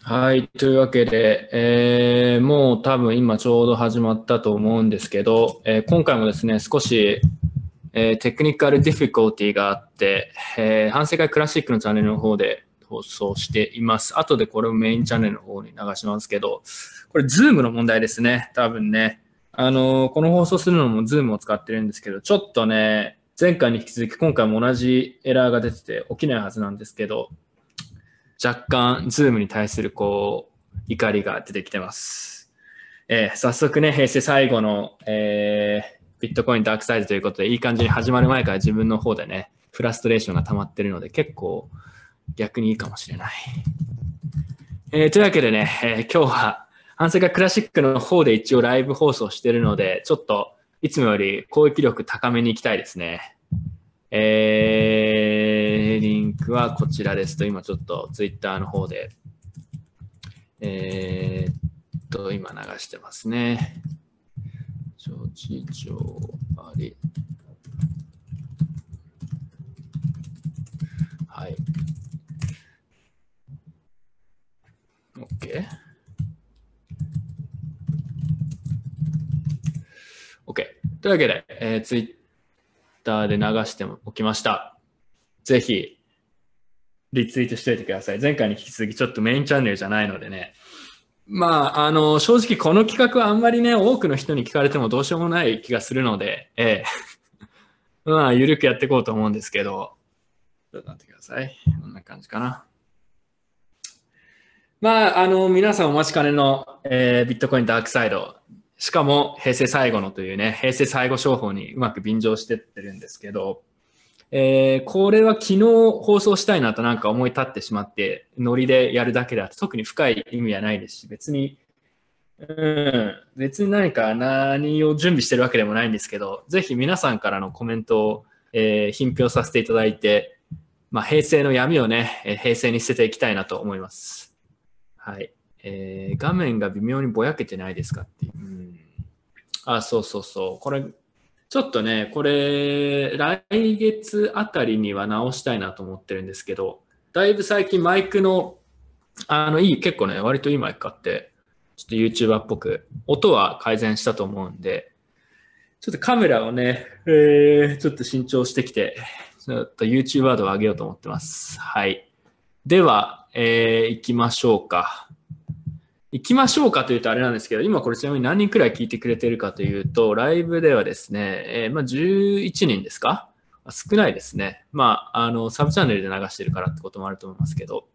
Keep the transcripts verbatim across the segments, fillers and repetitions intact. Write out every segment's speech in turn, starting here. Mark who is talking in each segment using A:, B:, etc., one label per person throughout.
A: はい。というわけで、えーもう多分今ちょうど始まったと思うんですけど、えー今回もですね、少し、えーテクニカルディフィコルティがあって、えー反省会クラシックのチャンネルの方で放送しています。後でこれをメインチャンネルの方に流しますけど、これズームの問題ですね。多分ね。あのーこの放送するのもズームを使ってるんですけど、ちょっとね、前回に引き続き今回も同じエラーが出てて起きないはずなんですけど、若干、ズームに対するこう、怒りが出てきてます。えー早速ね、平成最後の、えービットコインダークサイドということで、いい感じに始まる前から自分の方でね、フラストレーションが溜まってるので、結構逆にいいかもしれない。えーというわけでね、えー今日は、反省会クラシックの方で一応ライブ放送してるので、ちょっといつもより攻撃力高めに行きたいですね。えー、リンクはこちらですと、今ちょっとツイッターの方で、えー、っと、今流してますね。諸事情あり。はい。OK。OK。というわけで、えー、ツイッターで流しておきました。ぜひ、リツイートしておいてください。前回に引き続きちょっとメインチャンネルじゃないのでね。まあ、あの、正直この企画はあんまりね、多くの人に聞かれてもどうしようもない気がするので、ええ。まあ、ゆるくやっていこうと思うんですけど、ちょっと待ってください。こんな感じかな。まあ、あの、皆さんお待ちかねの、えービットコインダークサイド。しかも、平成最後のというね、平成最後商法にうまく便乗してってるんですけど、えーこれは昨日放送したいなとなんか思い立ってしまって、ノリでやるだけであって、特に深い意味はないですし、別に、うん、別に何か何を準備してるわけでもないんですけど、ぜひ皆さんからのコメントを、えー品評させていただいて、まあ、平成の闇をね、えー平成に捨てていきたいなと思います。はい。えー画面が微妙にぼやけてないですかっていう。うん、あ、そうそうそう。これ、ちょっとね、これ、来月あたりには直したいなと思ってるんですけど、だいぶ最近マイクの、あの、いい、結構ね、割といいマイク買って、ちょっと YouTuber っぽく、音は改善したと思うんで、ちょっとカメラをね、えー、ちょっと新調してきて、ちょっと YouTuber 度を上げようと思ってます。はい。では、えー、行きましょうか。行きましょうかというとあれなんですけど、今これちなみに何人くらい聞いてくれてるかというと、ライブではですね、えーまあ、じゅういちにんですか？少ないですね。まあ、あの、サブチャンネルで流してるからってこともあると思いますけど、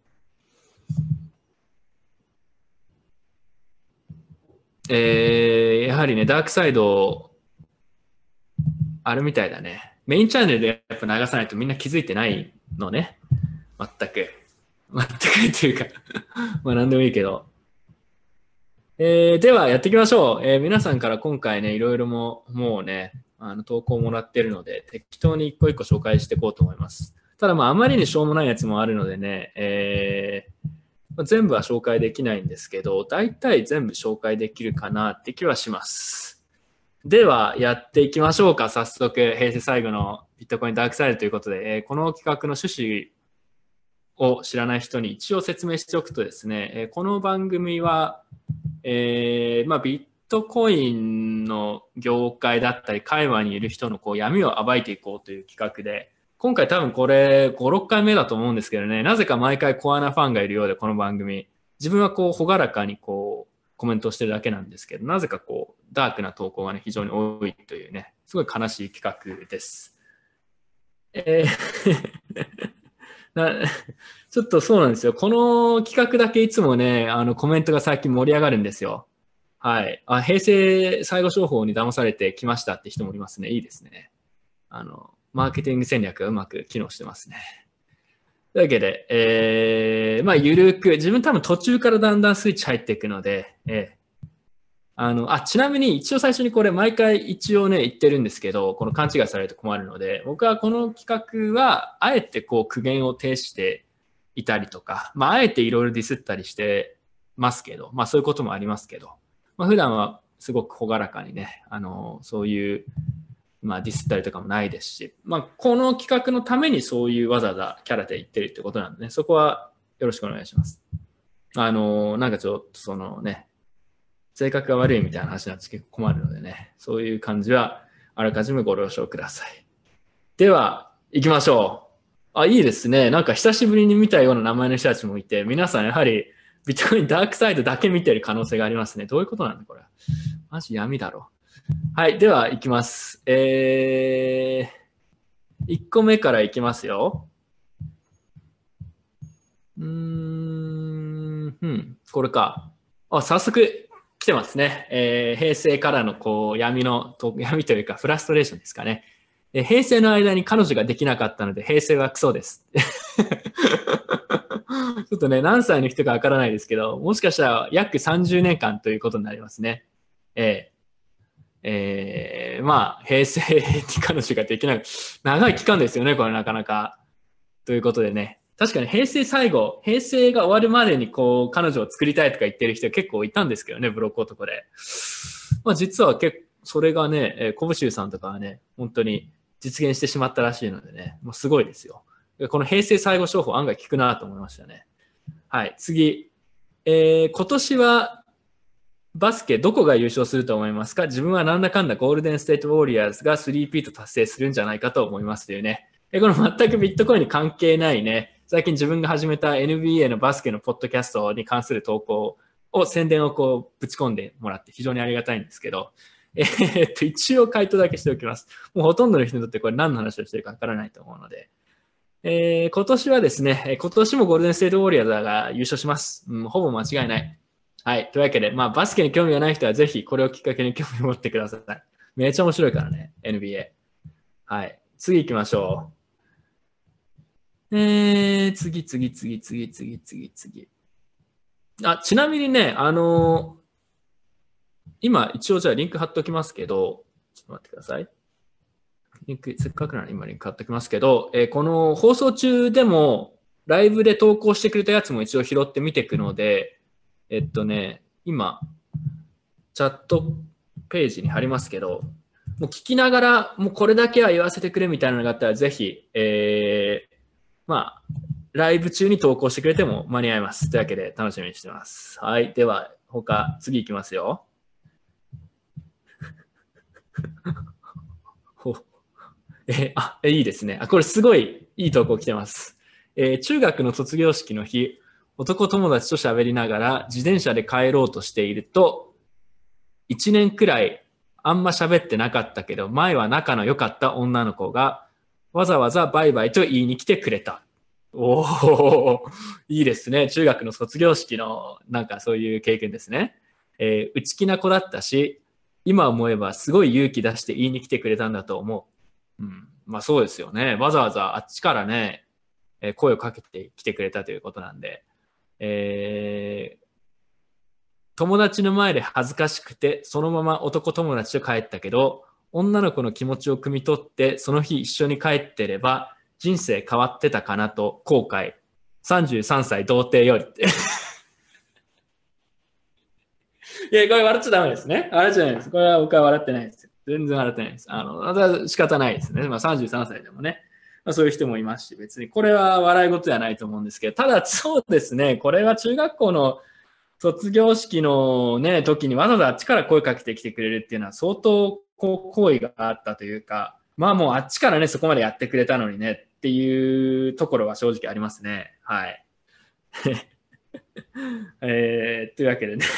A: えー、やはりね、ダークサイド、あるみたいだね。メインチャンネルでやっぱ流さないとみんな気づいてないのね。全く。全くっていうかまあ何でもいいけど。えー、ではやっていきましょう。えー皆さんから今回ね、いろいろも、もうね、あの投稿もらってるので、適当に一個一個紹介していこうと思います。ただまあ、あまりにしょうもないやつもあるのでね、えー、全部は紹介できないんですけど、大体全部紹介できるかなって気はします。では、やっていきましょうか。早速、平成最後のビットコインダークサイドということで、えーこの企画の趣旨を知らない人に一応説明しておくとですね、えーこの番組は、えーまあ、ビットコインの業界だったり、界隈にいる人のこう闇を暴いていこうという企画で、今回多分これご、ろっかいめだと思うんですけどね、なぜか毎回コアなファンがいるようで、この番組。自分はこう、ほがらかにこう、コメントしてるだけなんですけど、なぜかこう、ダークな投稿がね、非常に多いというね、すごい悲しい企画です。えーなちょっとそうなんですよ。この企画だけいつもね、あのコメントが最近盛り上がるんですよ。はい。あ、平成最後商法に騙されてきましたって人もいますね。いいですね。あの、マーケティング戦略がうまく機能してますね。というわけで、えー、まあ、ゆるく、自分多分途中からだんだんスイッチ入っていくので、えーあの、あ、ちなみに一応最初にこれ毎回一応ね、言ってるんですけど、この勘違いされると困るので、僕はこの企画は、あえてこう苦言を呈していたりとか、まあ、あえていろいろディスったりしてますけど、まあそういうこともありますけど、まあ普段はすごく朗らかにね、あの、そういう、まあディスったりとかもないですし、まあこの企画のためにそういうわざわざキャラで言ってるってことなんでね、そこはよろしくお願いします。 あの、なんかちょっとそのね、性格が悪いみたいな話なんですけど困るのでね、そういう感じはあらかじめご了承ください。では、行きましょう。あ、いいですね。なんか久しぶりに見たような名前の人たちもいて、皆さんやはりビットコインダークサイドだけ見てる可能性がありますね。どういうことなんだこれ。マジ闇だろ。はい。では、行きます。えー、いっこめから行きますよ。うーん、うん、これか。あ、早速来てますね。えー、平成からのこう闇の、闇というかフラストレーションですかね。えー、平成の間に彼女ができなかったので、平成はクソです。ちょっとね、何歳の人かわからないですけど、もしかしたら約さんじゅうねんかんということになりますね。えー、えー、まあ、平成に彼女ができなく、長い期間ですよね、これなかなか。ということでね、確かに平成最後、平成が終わるまでにこう、彼女を作りたいとか言ってる人結構いたんですけどね、ブロック男で。まあ実は結構、それがね、えー、コブシュウさんとかはね、本当に実現してしまったらしいのでね、もうすごいですよ。この平成最後商法案外効くなと思いましたね。はい、次。えー、今年はバスケどこが優勝すると思いますか？自分はなんだかんだゴールデンステートウォリアーズがスリーピート達成するんじゃないかと思いますというね。この全くビットコインに関係ないね、最近自分が始めた エヌビーエー のバスケのポッドキャストに関する投稿を宣伝をこうぶち込んでもらって非常にありがたいんですけど、えー、っと、一応回答だけしておきます。もうほとんどの人にとってこれ何の話をしてるかわからないと思うので。えー、今年はですね、今年もゴールデンステートウォリアーズが優勝します。うん、ほぼ間違いない。はい。というわけで、まあ、バスケに興味がない人はぜひこれをきっかけに興味を持ってください。めっちゃ面白いからね、エヌビーエー。はい。次行きましょう。えー、次、次、次、次、次、次、次。あ、ちなみにね、あのー、今、一応じゃあリンク貼っておきますけど、ちょっと待ってください。リンク、せっかくなら今リンク貼っておきますけど、えー、この放送中でも、ライブで投稿してくれたやつも一応拾ってみていくので、えっとね、今、チャットページに貼りますけど、もう聞きながら、もうこれだけは言わせてくれみたいなのがあったら、ぜひ、えー、まあ、ライブ中に投稿してくれても間に合います。というわけで楽しみにしてます。はい。では、他、次行きますよ。えー、あ、いいですね。あ、これすごいいい投稿来てます。えー、中学の卒業式の日、男友達と喋りながら自転車で帰ろうとしていると、いちねんくらいあんま喋ってなかったけど、前は仲の良かった女の子がわざわざバイバイと言いに来てくれた。おお、いいですね。中学の卒業式のなんかそういう経験ですね。えー、内気な子だったし、今思えばすごい勇気出して言いに来てくれたんだと思う。うん、まあそうですよね。わざわざあっちからね、えー、声をかけてきてくれたということなんで、えー、友達の前で恥ずかしくて、そのまま男友達と帰ったけど、女の子の気持ちを汲み取って、その日一緒に帰ってれば、人生変わってたかなと後悔。さんじゅうさんさい童貞よりって。いや、これ笑っちゃダメですね。笑っちゃダメです。これは僕は笑ってないですよ。全然笑ってないです。あの、仕方ないですね。まあさんじゅうさんさいでもね。まあ、そういう人もいますし、別にこれは笑い事ではないと思うんですけど、ただそうですね、これは中学校の卒業式のね、時にわざわざあっちから声かけてきてくれるっていうのは相当こう好意があったというか、まあもうあっちからね、そこまでやってくれたのにねっていうところは正直ありますね。はい。えー、というわけでね、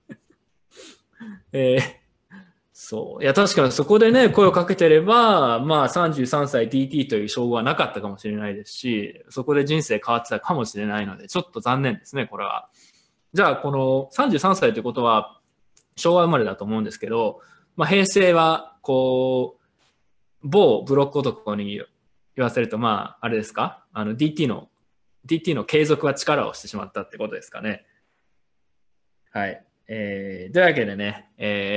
A: えー、そう。いや、確かにそこでね、声をかけてれば、まあさんじゅうさんさい ディーティー という称号はなかったかもしれないですし、そこで人生変わってたかもしれないので、ちょっと残念ですね、これは。じゃあ、このさんじゅうさんさいということは、昭和生まれだと思うんですけど、まあ、平成は、こう、某ブロック男に言わせると、まあ、あれですかあの ディーティー の、ディーティー の継続は力をしてしまったってことですかね。はい。えー、というわけでね、え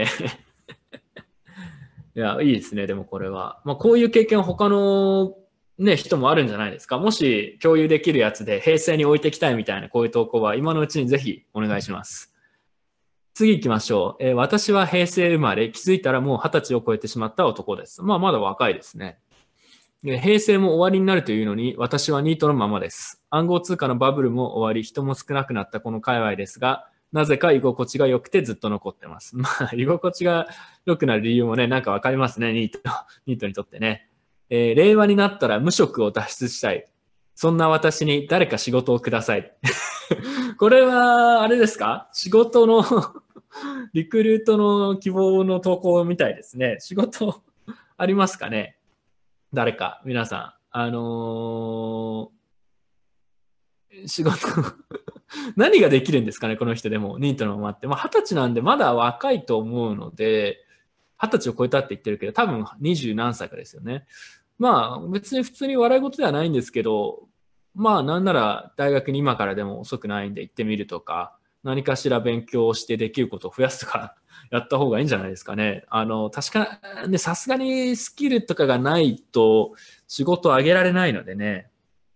A: ー、いや、いいですね、でもこれは。まあ、こういう経験は他のね、人もあるんじゃないですか。もし共有できるやつで平成に置いていきたいみたいなこういう投稿は今のうちにぜひお願いします。次行きましょう。えー、私は平成生まれ、気づいたらもう二十歳を超えてしまった男です。まあ、まだ若いですね。 で平成も終わりになるというのに、私はニートのままです。暗号通貨のバブルも終わり、人も少なくなったこの界隈ですが、なぜか居心地が良くてずっと残ってます。まあ、居心地が良くなる理由もね、なんかわかりますね、ニート、ニートにとってね。えー令和になったら無職を脱出したい。そんな私に誰か仕事をください。これは、あれですか？仕事のリクルートの希望の投稿みたいですね。仕事ありますかね？誰か、皆さん。あのー仕事何ができるんですかね、この人でも、ニートのままって。まあ、二十歳なんでまだ若いと思うので、二十歳を超えたって言ってるけど、多分二十何歳かですよね。まあ、別に普通に笑い事ではないんですけど、まあ、なんなら大学に今からでも遅くないんで行ってみるとか、何かしら勉強してできることを増やすとか、やった方がいいんじゃないですかね。あの、確かね、さすがにスキルとかがないと仕事を上げられないのでね。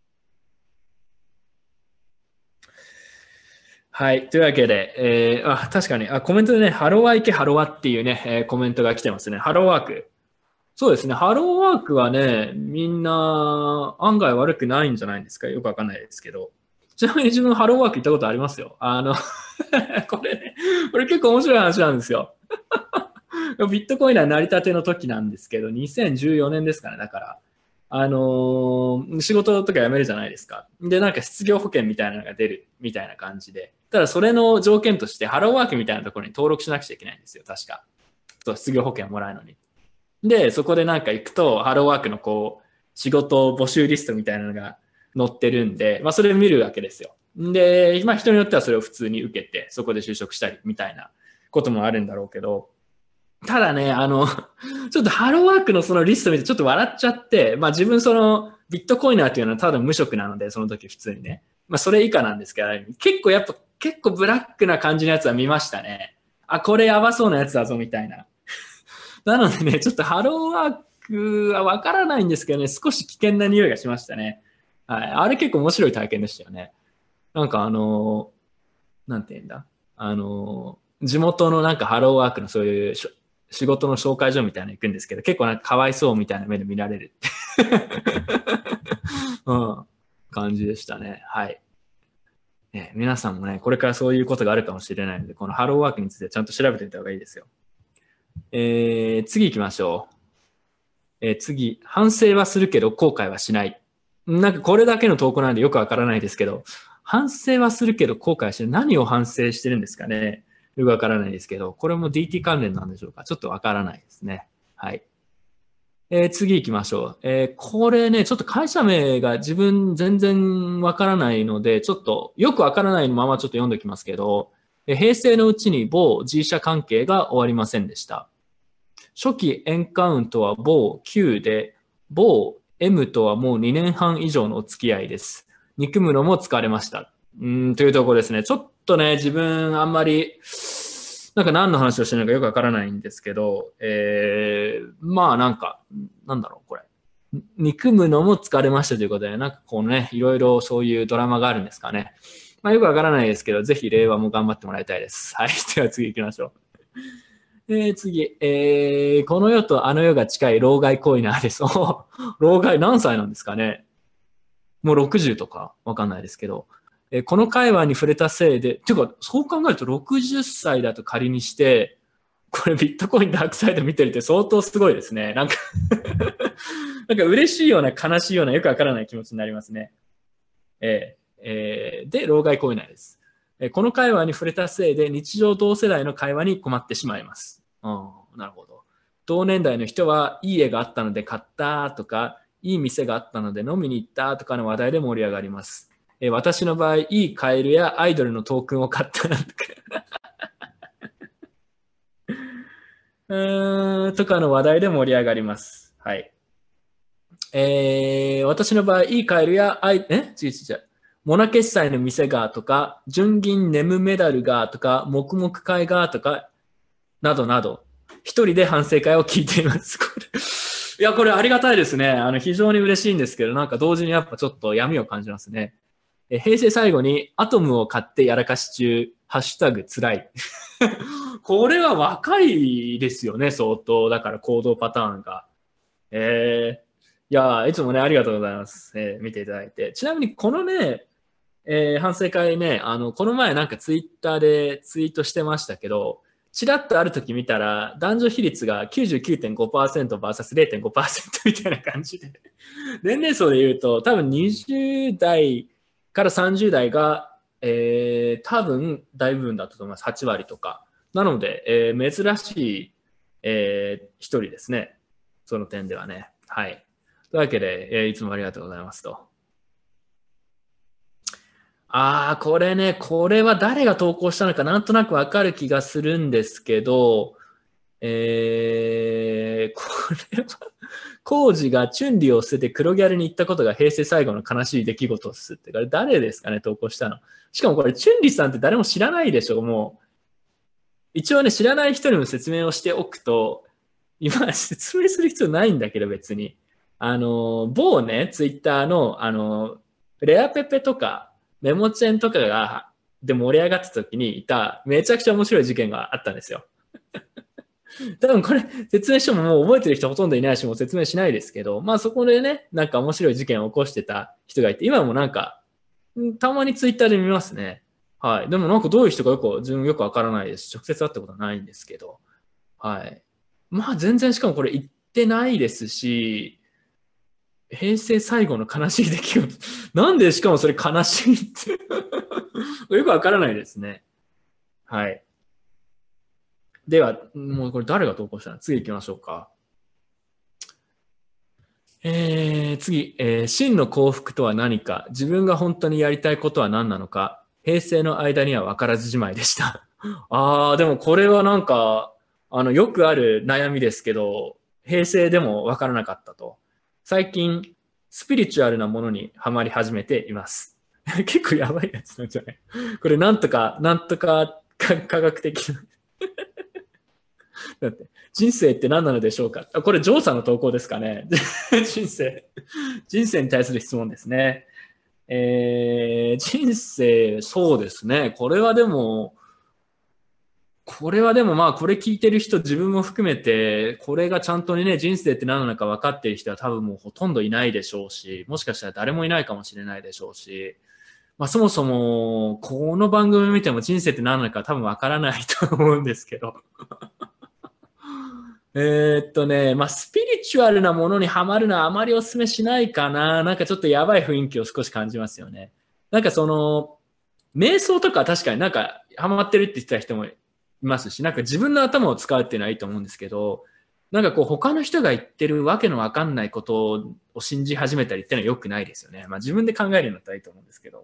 A: はい。というわけで、えーあ、確かに、あ、コメントでね、ハロワ行け、ハロワっていうね、えーコメントが来てますね。ハローワーク。そうですね。ハローワークはね、みんな案外悪くないんじゃないんですか？よくわかんないですけど。ちなみに自分ハローワーク行ったことありますよ。あのこれね、これ結構面白い話なんですよ。ビットコインは成り立ての時なんですけど、にせんじゅうよねんですかね。だから、あのー仕事とか辞めるじゃないですか。で、なんか失業保険みたいなのが出るみたいな感じで。ただそれの条件としてハローワークみたいなところに登録しなくちゃいけないんですよ。確か。そう失業保険をもらうのに。で、そこでなんか行くと、ハローワークのこう、仕事募集リストみたいなのが載ってるんで、まあそれを見るわけですよ。で、まあ人によってはそれを普通に受けて、そこで就職したりみたいなこともあるんだろうけど、ただね、あの、ちょっとハローワークのそのリスト見てちょっと笑っちゃって、まあ自分そのビットコイナーっていうのはただ無職なので、その時普通にね。まあそれ以下なんですけど、結構やっぱ結構ブラックな感じのやつは見ましたね。あ、これやばそうなやつだぞみたいな。なのでね、ちょっとハローワークはわからないんですけどね、少し危険な匂いがしましたね。はい。あれ結構面白い体験でしたよね。なんかあのーなんて言うんだ。あのー地元のなんかハローワークのそういうしょ仕事の紹介所みたいなの行くんですけど、結構なんかかわいそうみたいな目で見られるってうん、感じでしたね。はい。ね、皆さんもね、これからそういうことがあるかもしれないので、このハローワークについてちゃんと調べてみた方がいいですよ。えー、次行きましょう。えー次、反省はするけど後悔はしない。なんかこれだけの投稿なんでよくわからないですけど、反省はするけど後悔はしない。何を反省してるんですかね。よくわからないですけど、これも ディーティー 関連なんでしょうか。ちょっとわからないですね。はい。えー次行きましょう。えーこれね、ちょっと会社名が自分全然わからないので、ちょっとよくわからないままちょっと読んでおきますけど、えー平成のうちに某 G 社関係が終わりませんでした。初期エンカウントは某 Q で、某 M とはもうにねんはん以上のお付き合いです。憎むのも疲れました。うーん、というところですね。ちょっとね、自分あんまり、なんか何の話をしてるのかよくわからないんですけど、えー、まあなんか、なんだろう、これ。憎むのも疲れましたということで、なんかこうね、いろいろそういうドラマがあるんですかね。まあよくわからないですけど、ぜひ令和も頑張ってもらいたいです。はい。では次行きましょう。えー、次、えー、この世とあの世が近い老害コイナーです。お老害何歳なんですかね？もうろくじゅうとかわかんないですけど、えーこの会話に触れたせいで、ていうか、そう考えるとろくじゅっさいだと仮にして、これビットコインダークサイド見てるって相当すごいですね。なんかなんか嬉しいような悲しいようなよくわからない気持ちになりますね。えーえーで、老害コイナーです。えーこの会話に触れたせいで日常同世代の会話に困ってしまいます。うん、なるほど。同年代の人はいい絵があったので買ったとか、いい店があったので飲みに行ったとかの話題で盛り上がります。えー私の場合、いいカエルやアイドルのトークンを買ったなとかうーんとかの話題で盛り上がります。はい。えー、私の場合、いいカエルやアイ、え違う違う違う。モナ決済の店がとか、純銀ネムメダルがとか、黙々会がとか、などなど、一人で反省会を聞いています。これいや、これありがたいですね。あの、非常に嬉しいんですけど、なんか同時にやっぱちょっと闇を感じますね。え平成最後にアトムを買ってやらかし中、ハッシュタグつらい。これは若いですよね、相当。だから行動パターンが。えーいやー、いつもね、ありがとうございます。えー見ていただいて。ちなみに、このね、えー反省会ね、あの、この前なんかツイッターでツイートしてましたけど、ちらっとある時見たら、男女比率が きゅうじゅうきゅうてんごパーセント バーサスれいてんごパーセント みたいな感じで。年齢層で言うと、多分にじゅう代からさんじゅう代が、えー、多分大部分だったと思います。はち割とか。なので、えー珍しい、えー一人ですね。その点ではね。はい。というわけで、えーいつもありがとうございますと。ああ、これね、これは誰が投稿したのかなんとなくわかる気がするんですけど、えー、これは、コウジがチュンリーを捨てて黒ギャルに行ったことが平成最後の悲しい出来事っすって。これ誰ですかね、投稿したの。しかもこれ、チュンリーさんって誰も知らないでしょ、もう。一応ね、知らない人にも説明をしておくと、今説明する必要ないんだけど別に。あの、某ね、ツイッターの、あの、レアペペとか、メモチェンとかが、で盛り上がった時にいた、めちゃくちゃ面白い事件があったんですよ。多分これ、説明してももう覚えてる人ほとんどいないし、もう説明しないですけど、まあそこでね、なんか面白い事件を起こしてた人がいて、今もなんか、たまにツイッターで見ますね。はい。でもなんかどういう人かよく、自分よくわからないですし、直接会ったことはないんですけど、はい。まあ全然しかもこれ言ってないですし、平成最後の悲しい出来事。なんでしかもそれ悲しいってよくわからないですね。はい。では、もうこれ誰が投稿したの？次行きましょうか。えー、次、えー真の幸福とは何か、自分が本当にやりたいことは何なのか、平成の間には分からずじまいでした。あー、でもこれはなんか、あの、よくある悩みですけど、平成でも分からなかったと。最近、スピリチュアルなものにハマり始めています。結構やばいやつなんじゃない？これなんとか、なんとか科学的な。だって、人生って何なのでしょうか？あ、これ、ジョーさんの投稿ですかね？人生。人生に対する質問ですね。えー、人生、そうですね。これはでも、これはでもまあ、これ聞いてる人、自分も含めて、これがちゃんとね、人生って何なのか分かっている人は多分もうほとんどいないでしょうし、もしかしたら誰もいないかもしれないでしょうし、まあそもそも、この番組見ても人生って何なのか多分分からないと思うんですけど、えーっとね、まあ、スピリチュアルなものにはまるのはあまりお勧めしないかな。なんかちょっとやばい雰囲気を少し感じますよね。なんかその、瞑想とか確かになんかハマってるって言ってた人もいますし、なんか自分の頭を使うっていうのはいいと思うんですけど、なんかこう他の人が言ってるわけのわかんないことを信じ始めたりっていうのは良くないですよね。まあ自分で考えるんだったらいいと思うんですけど。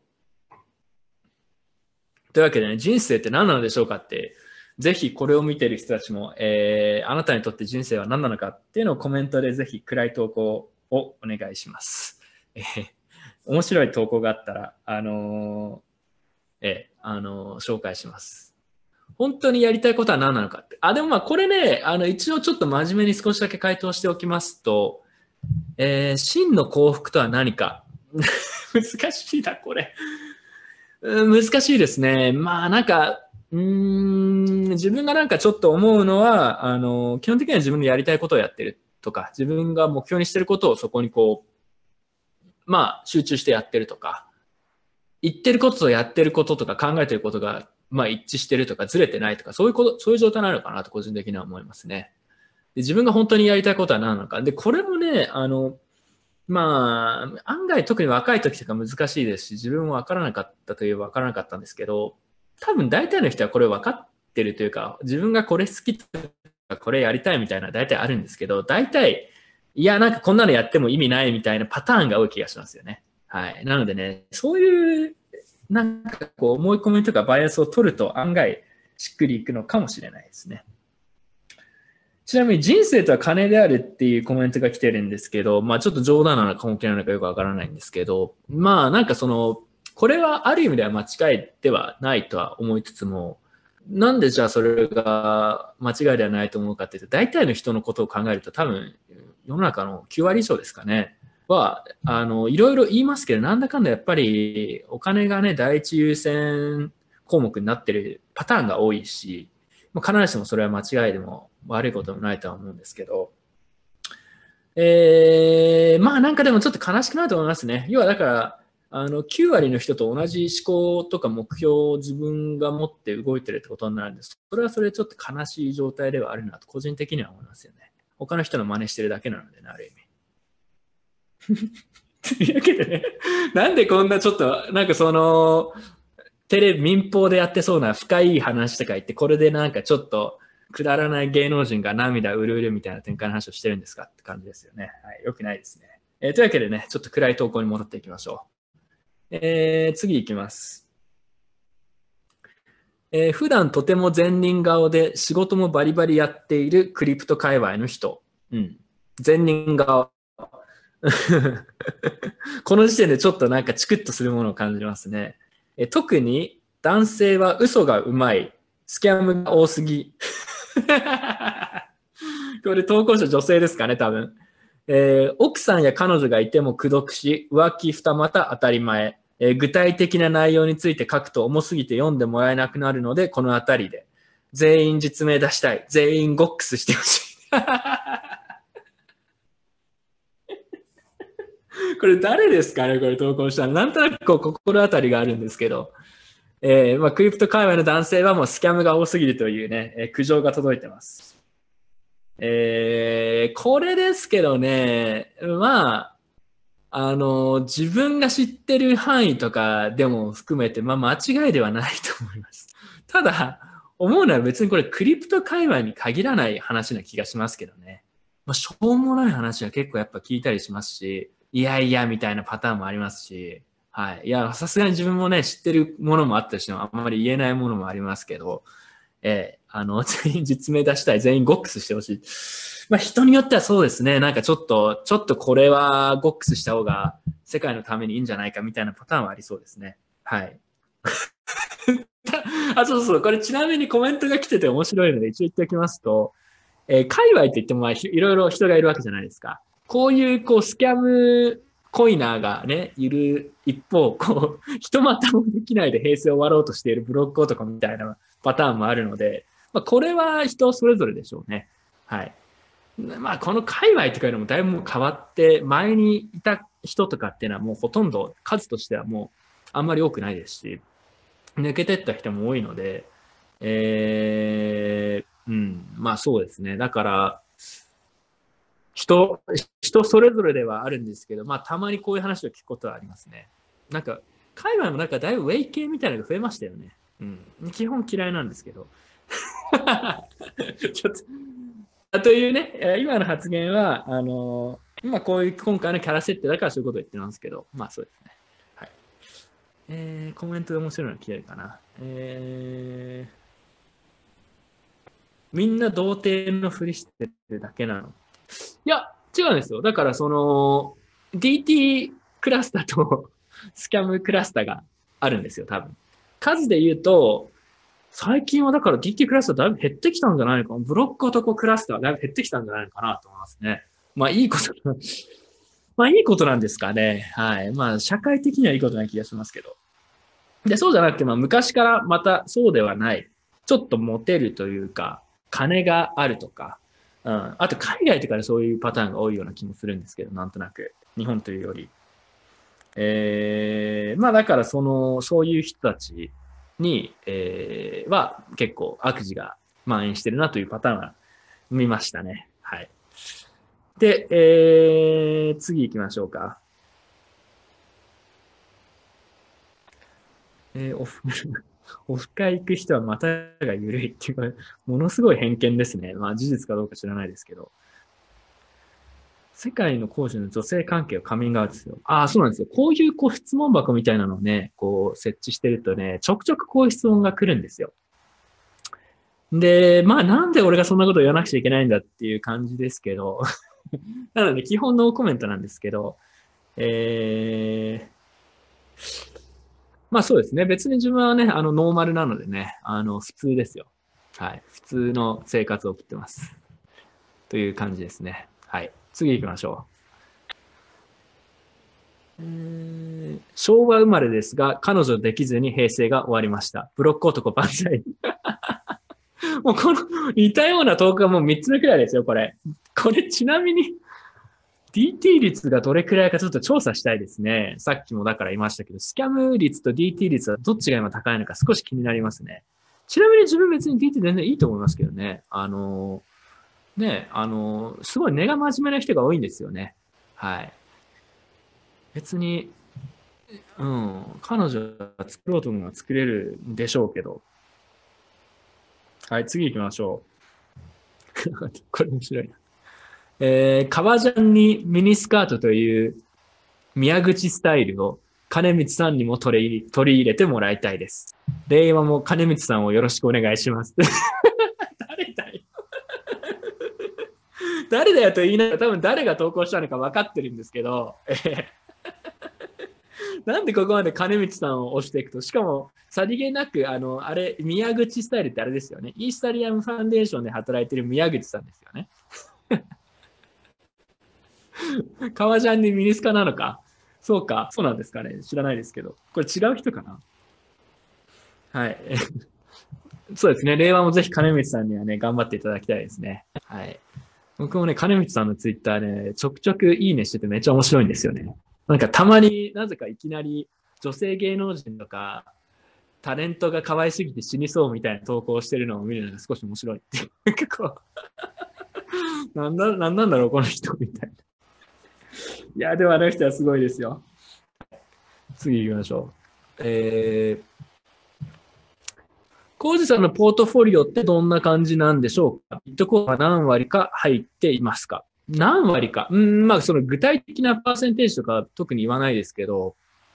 A: というわけでね、人生って何なのでしょうかって、ぜひこれを見ている人たちも、えー、あなたにとって人生は何なのかっていうのをコメントでぜひ暗い投稿をお願いします。えー、面白い投稿があったら、あのー、えー、あのー、紹介します。本当にやりたいことは何なのかって。あ、でもまあこれね、あの一応ちょっと真面目に少しだけ回答しておきますと、えー、真の幸福とは何か。難しいな、これ。難しいですね。まあなんか、うーん、自分がなんかちょっと思うのは、あの、基本的には自分のやりたいことをやってるとか、自分が目標にしてることをそこにこう、まあ集中してやってるとか、言ってることとやってることとか考えてることが、まあ一致してるとかずれてないとか、そういうこと、そういう状態なのかなと個人的には思いますね。で自分が本当にやりたいことは何なのか。で、これもね、あの、まあ、案外特に若い時とか難しいですし、自分も分からなかったといえば分からなかったんですけど、多分大体の人はこれ分かってるというか、自分がこれ好きとか、これやりたいみたいな大体あるんですけど、大体、いや、なんかこんなのやっても意味ないみたいなパターンが多い気がしますよね。はい。なのでね、そういう、なんかこう思い込みとかバイアスを取ると案外しっくりいくのかもしれないですね。ちなみに人生とは金であるっていうコメントが来てるんですけど、まあちょっと冗談なのか本気なのかよくわからないんですけど、まあなんかその、これはある意味では間違いではないとは思いつつも、なんでじゃあそれが間違いではないと思うかっていうと、大体の人のことを考えると多分世の中のきゅう割以上ですかね、は、あの、いろいろ言いますけど、なんだかんだやっぱりお金がね、第一優先項目になってるパターンが多いし、必ずしもそれは間違いでも悪いこともないとは思うんですけど、 えー、まあなんかでもちょっと悲しくなると思いますね。要はだから、あの、きゅう割の人と同じ思考とか目標を自分が持って動いてるってことになるんです。それはそれちょっと悲しい状態ではあるなと、個人的には思いますよね。他の人の真似してるだけなのでね、ある意味。というわけでね、なんでこんなちょっと、なんかその、テレビ、民放でやってそうな深い話とか言って、これでなんかちょっと、くだらない芸能人が涙うるうるみたいな展開の話をしてるんですかって感じですよね。はい。よくないですね。えー、というわけでね、ちょっと暗い投稿に戻っていきましょう。えー、次いきます。えー、普段とても善人顔で仕事もバリバリやっているクリプト界隈の人。うん。善人顔。この時点でちょっとなんかチクッとするものを感じますね。え特に男性は嘘がうまい。スキャムが多すぎ。これ投稿者女性ですかね、多分。えー、奥さんや彼女がいても口説くし、浮気二股当たり前。えー、具体的な内容について書くと重すぎて読んでもらえなくなるので、このあたりで。全員実名出したい。全員ゴックスしてほしい。これ誰ですかね、これ投稿したの。なんとなくこう心当たりがあるんですけど。えーまあ、クリプト界隈の男性はもうスキャムが多すぎるというね、えー苦情が届いてます。えー、これですけどね、まあ、あの、自分が知ってる範囲とかでも含めて、まあ間違いではないと思います。ただ、思うのは別にこれクリプト界隈に限らない話な気がしますけどね。まあ、しょうもない話は結構やっぱ聞いたりしますし、いやいやみたいなパターンもありますし、はい。いや、さすがに自分もね、知ってるものもあったし、あんまり言えないものもありますけど、えー、あの、全員実名出したい、全員ゴックスしてほしい。まあ人によってはそうですね、なんかちょっと、ちょっとこれはゴックスした方が世界のためにいいんじゃないかみたいなパターンはありそうですね。はい。あ、そうそう、これちなみにコメントが来てて面白いので一応言っておきますと、えー、界隈って言ってもまあいろいろ人がいるわけじゃないですか。こういうこうスキャムコイナーがね、いる一方、こう、ひとまたもできないで平成を終わろうとしているブロック男みたいなパターンもあるので、まあ、これは人それぞれでしょうね。はい。まあ、この界隈とかいうのもだいぶもう変わって、前にいた人とかっていうのはもうほとんど数としてはもうあんまり多くないですし、抜けてった人も多いので、えー、うん、まあそうですね。だから、人、人それぞれではあるんですけど、まあたまにこういう話を聞くことはありますね。なんか、界隈もなんかだいぶウェイ系みたいなのが増えましたよね。うん。基本嫌いなんですけど。ちょっと、というね、今の発言は、あの、今こういう今回のキャラ設定だからそういうことを言ってますけど、まあそうですね。はい。えー、コメントで面白いの来てるかな。えー、みんな童貞のふりしてるだけなの。いや、違うんですよ。だからその、ディーティー クラスターとスキャムクラスターがあるんですよ、多分。数で言うと、最近はだから ディーティー クラスターだいぶ減ってきたんじゃないのかな。ブロック男クラスターだいぶ減ってきたんじゃないのかなと思いますね。まあいいこと、まあいいことなんですかね。はい。まあ社会的にはいいことな気がしますけど。で、そうじゃなくて、まあ昔からまたそうではない。ちょっとモテるというか、金があるとか、うん。あと海外とかでそういうパターンが多いような気もするんですけど、なんとなく。日本というより。えー、まあだからその、そういう人たちに、えー、は結構悪事が蔓延してるなというパターンは見ましたね。はい。で、えー、次行きましょうか。えー、オフ、オフ会行く人は股が緩いっていうか、ものすごい偏見ですね。まあ事実かどうか知らないですけど。世界の講師の女性関係をカミングアウトですよ。ああ、そうなんですよ。こういうこう質問箱みたいなのをね、こう設置してるとね、ちょくちょくこういう質問が来るんですよ。で、まあなんで俺がそんなこと言わなくちゃいけないんだっていう感じですけど、なので基本ノーコメントなんですけど、えー、まあそうですね。別に自分はね、あのノーマルなのでね、あの普通ですよ。はい。普通の生活を送ってます。という感じですね。はい。次行きましょう。えー、昭和生まれですが、彼女できずに平成が終わりました。ブロック男万歳。もうこの似たような投稿がもうみっつめくらいですよ、これ。これちなみに、 ディーティー 率がどれくらいかちょっと調査したいですね。さっきもだから言いましたけど、スキャム率と ディーティー 率はどっちが今高いのか少し気になりますね。ちなみに自分別に ディーティー 全然いいと思いますけどね。あの、ね、あの、すごい根が真面目な人が多いんですよね。はい。別に、うん、彼女が作ろうと思うのは作れるんでしょうけど。はい、次行きましょう。これ面白いな。えー、革ジャンにミニスカートという宮口スタイルを金光さんにも取り取り入れてもらいたいです。令和も金光さんをよろしくお願いします。誰だよ。誰だよと言いながら多分誰が投稿したのか分かってるんですけど、えーなんでここまで金光さんを押していくと、しかも、さりげなく、あの、あれ、宮口スタイルってあれですよね。イースタリアムファンデーションで働いてる宮口さんですよね。革ジャンにミニスカなのか。そうか、そうなんですかね。知らないですけど。これ違う人かな。はい。そうですね。令和もぜひ金光さんにはね、頑張っていただきたいですね。はい。僕もね、金光さんのツイッターね、ちょくちょくいいねしててめっちゃ面白いんですよね。なんかたまになぜかいきなり女性芸能人とかタレントが可愛すぎて死にそうみたいな投稿をしてるのを見るのが少し面白いっていう。結構、なんだ、なんなんだろう、この人みたいな。いや、でもあの人はすごいですよ。次行きましょう。えー、コウジさんのポートフォリオってどんな感じなんでしょうか？ビットコインは何割か入っていますか？何割か。うん、まあ、その具体的なパーセンテージとか特に言わないですけど、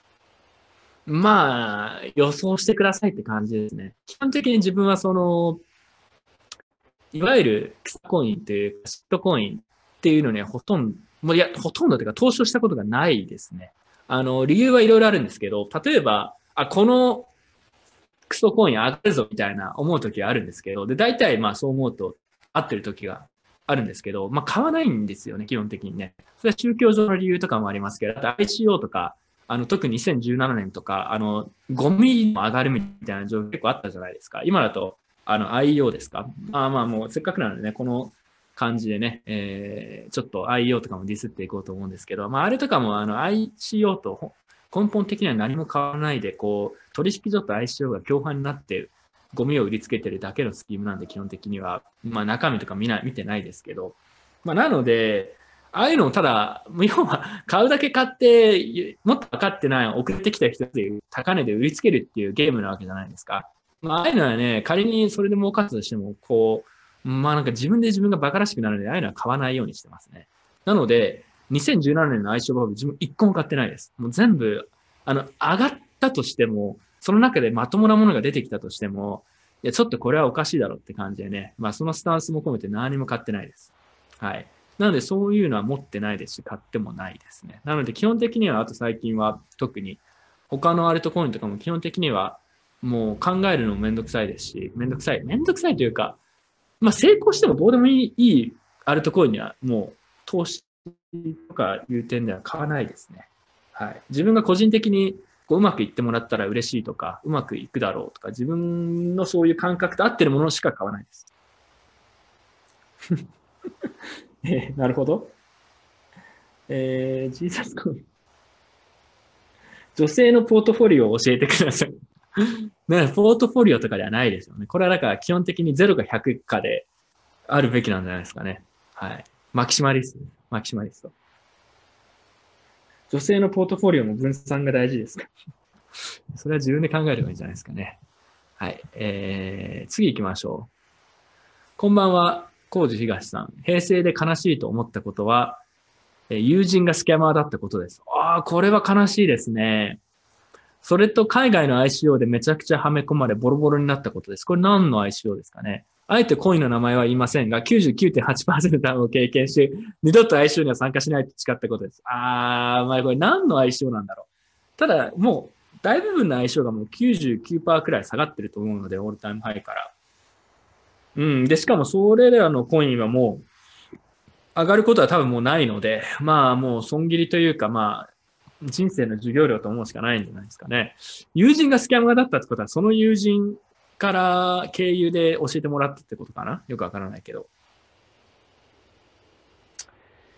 A: まあ、予想してくださいって感じですね。基本的に自分はその、いわゆる草コインというか、シットコインっていうのにはほとんど、もういや、ほとんどというか投資をしたことがないですね。あの、理由はいろいろあるんですけど、例えば、あ、このクソコイン上がるぞみたいな思う時はあるんですけど、で、大体まあそう思うと合ってる時があるんですけど、まあ買わないんですよね、基本的にね。それは宗教上の理由とかもありますけど、あと アイシーオー とか、あの、特ににせんじゅうななねんとか、あの、ゴミも上がるみたいな状況結構あったじゃないですか。今だと、あの、アイイーオー ですか？まあまあもうせっかくなのでね、この感じでね、えー、ちょっと アイイーオー とかもディスっていこうと思うんですけど、まああれとかもあの アイシーオー と根本的には何も変わらないで、こう、取引所と アイシーオー が共犯になって、ゴミを売りつけてるだけのスキームなんで、基本的には。まあ中身とか見ない、見てないですけど。まあなので、ああいうのをただ、要は買うだけ買って、もっと分かってない送ってきた人で高値で売りつけるっていうゲームなわけじゃないですか。まあああいうのはね、仮にそれで儲かったとしても、こう、まあなんか自分で自分が馬鹿らしくなるので、ああいうのは買わないようにしてますね。なので、にせんじゅうななねんの相性バブル自分一個も買ってないです。もう全部、あの、上がったとしても、その中でまともなものが出てきたとしても、いや、ちょっとこれはおかしいだろうって感じでね。まあそのスタンスも込めて何も買ってないです。はい。なのでそういうのは持ってないですし、買ってもないですね。なので基本的には、あと最近は特に、他のアルトコインとかも基本的には、もう考えるのもめんどくさいですし、めんどくさい。めんどくさいというか、まあ成功してもどうでもいい、いいアルトコインにはもう投資とかいう点では買わないですね。はい。自分が個人的にこううまくいってもらったら嬉しいとか、うまくいくだろうとか、自分のそういう感覚と合ってるものしか買わないです。えー、なるほど。えー、ジーザスコイン。女性のポートフォリオを教えてください。ね、ポートフォリオとかではないですよね。これはだから基本的にゼロかひゃくかであるべきなんじゃないですかね。はい。マキシマリスト。マキシマリスト。女性のポートフォリオも分散が大事ですか？それは自分で考えればいいんじゃないですかね。はい。えー、次行きましょう。こんばんは、コウジ東さん。平成で悲しいと思ったことは、友人がスキャマーだったことです。ああ、これは悲しいですね。それと海外の アイシーオー でめちゃくちゃはめ込まれボロボロになったことです。これ何の アイシーオー ですかね。あえてコインの名前は言いませんが、きゅうじゅうきゅうてんはちパーセント ダウンを経験し、二度と アイシーオー には参加しないと誓ったことです。あー、まあこれ何の アイシーオー なんだろう。ただ、もう、大部分の アイシーオー がもう きゅうじゅうきゅうパーセント くらい下がってると思うので、オールタイムハイから。うん。で、しかもそれらのコインはもう、上がることは多分もうないので、まあもう損切りというか、まあ、人生の授業料と思うしかないんじゃないですかね。友人がスキャムだったってことは、その友人から経由で教えてもらったってことかな？よくわからないけど。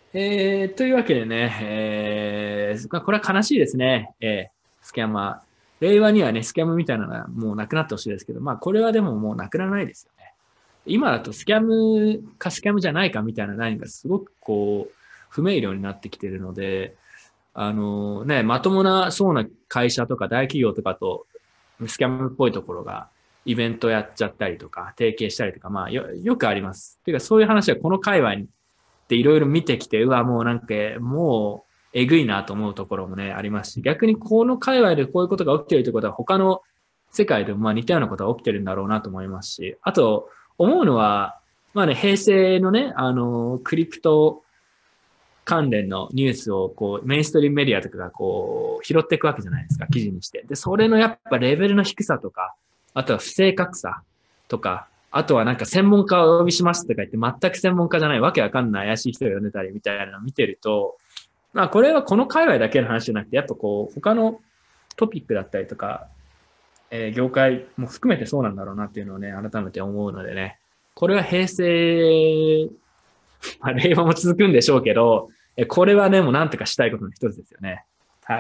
A: えー、というわけでね、えー、これは悲しいですね。えー、スキャマー。令和にはね、スキャムみたいなのはもうなくなってほしいですけど、まあこれはでももうなくならないですよね。今だとスキャムかスキャムじゃないかみたいな何かすごくこう、不明瞭になってきてるので、あのね、まともなそうな会社とか大企業とかとスキャムっぽいところがイベントやっちゃったりとか、提携したりとか、まあよ、よくあります。ていうかそういう話はこの界隈でいろいろ見てきて、うわ、もうなんか、もう、えぐいなと思うところもね、ありますし、逆にこの界隈でこういうことが起きているということは、他の世界でもまあ似たようなことが起きてるんだろうなと思いますし、あと、思うのは、まあね、平成のね、あの、クリプト関連のニュースをこうメインストリームメディアとかがこう拾っていくわけじゃないですか、記事にして。で、それのやっぱレベルの低さとか、あとは不正確さとか、あとはなんか専門家をお呼びしますとか言って全く専門家じゃないわけわかんない怪しい人が呼んでたりみたいなのを見てると、まあこれはこの界隈だけの話じゃなくて、やっぱこう他のトピックだったりとか、えー、業界も含めてそうなんだろうなっていうのをね、改めて思うのでね、これは平成まあ、令和も続くんでしょうけど、えこれはね、もうなんとかしたいことの一つですよね。はい。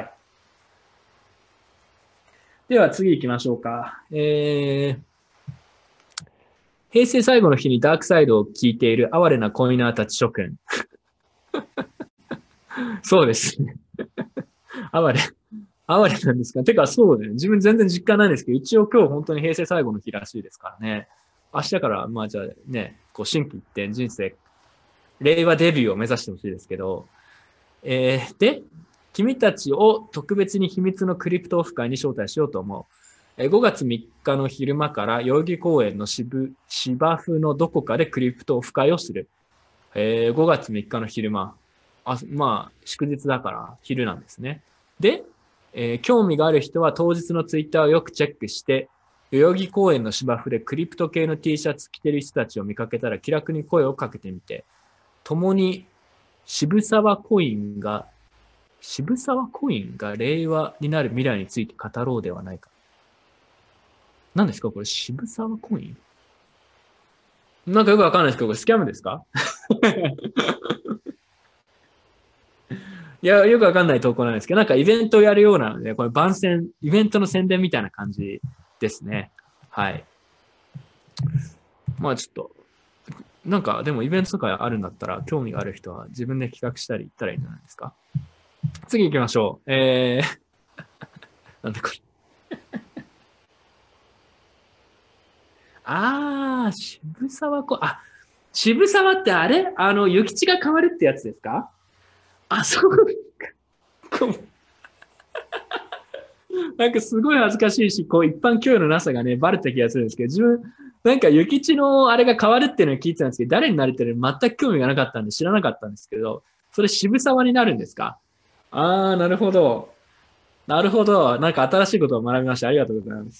A: では次行きましょうか。えー、平成最後の日にダークサイドを聞いている哀れなコイナーたち諸君。そうですね。哀れ。哀れなんですか。てか、そうね。自分全然実感ないんですけど、一応今日本当に平成最後の日らしいですからね。明日から、まあじゃあね、こう、新規一転人生、令和デビューを目指してほしいですけど、えー、で、君たちを特別に秘密のクリプトオフ会に招待しようと思う。えー、ごがつみっかの昼間から代々木公園の渋芝生のどこかでクリプトオフ会をする。えー、ごがつみっかの昼間。あ、まあ、祝日だから昼なんですね。で、えー興味がある人は当日のツイッターをよくチェックして、代々木公園の芝生でクリプト系の T シャツ着てる人たちを見かけたら気楽に声をかけてみて、共に渋沢コインが渋沢コインが令和になる未来について語ろうではないか。何ですかこれ、渋沢コインなんかよくわかんないですけど、これスキャムですかいや、よくわかんない投稿なんですけど、なんかイベントをやるようなので、これ番宣、イベントの宣伝みたいな感じですね。はい。まあちょっと、なんかでもイベントとかあるんだったら、興味がある人は自分で企画したり行ったらいいんじゃないですか。次行きましょう。えー、なんでこれ。あー、渋沢コイン、あ、渋沢ってあれあの、諭吉が変わるってやつですか？あ、そうか。なんかすごい恥ずかしいし、こう一般教養のなさがね、バレた気がするんですけど、自分、なんか諭吉のあれが変わるっていうのを聞いてたんですけど、誰になれてるの全く興味がなかったんで知らなかったんですけど、それ渋沢になるんですか？あー、なるほど。なるほど。なんか新しいことを学びました。ありがとうございます。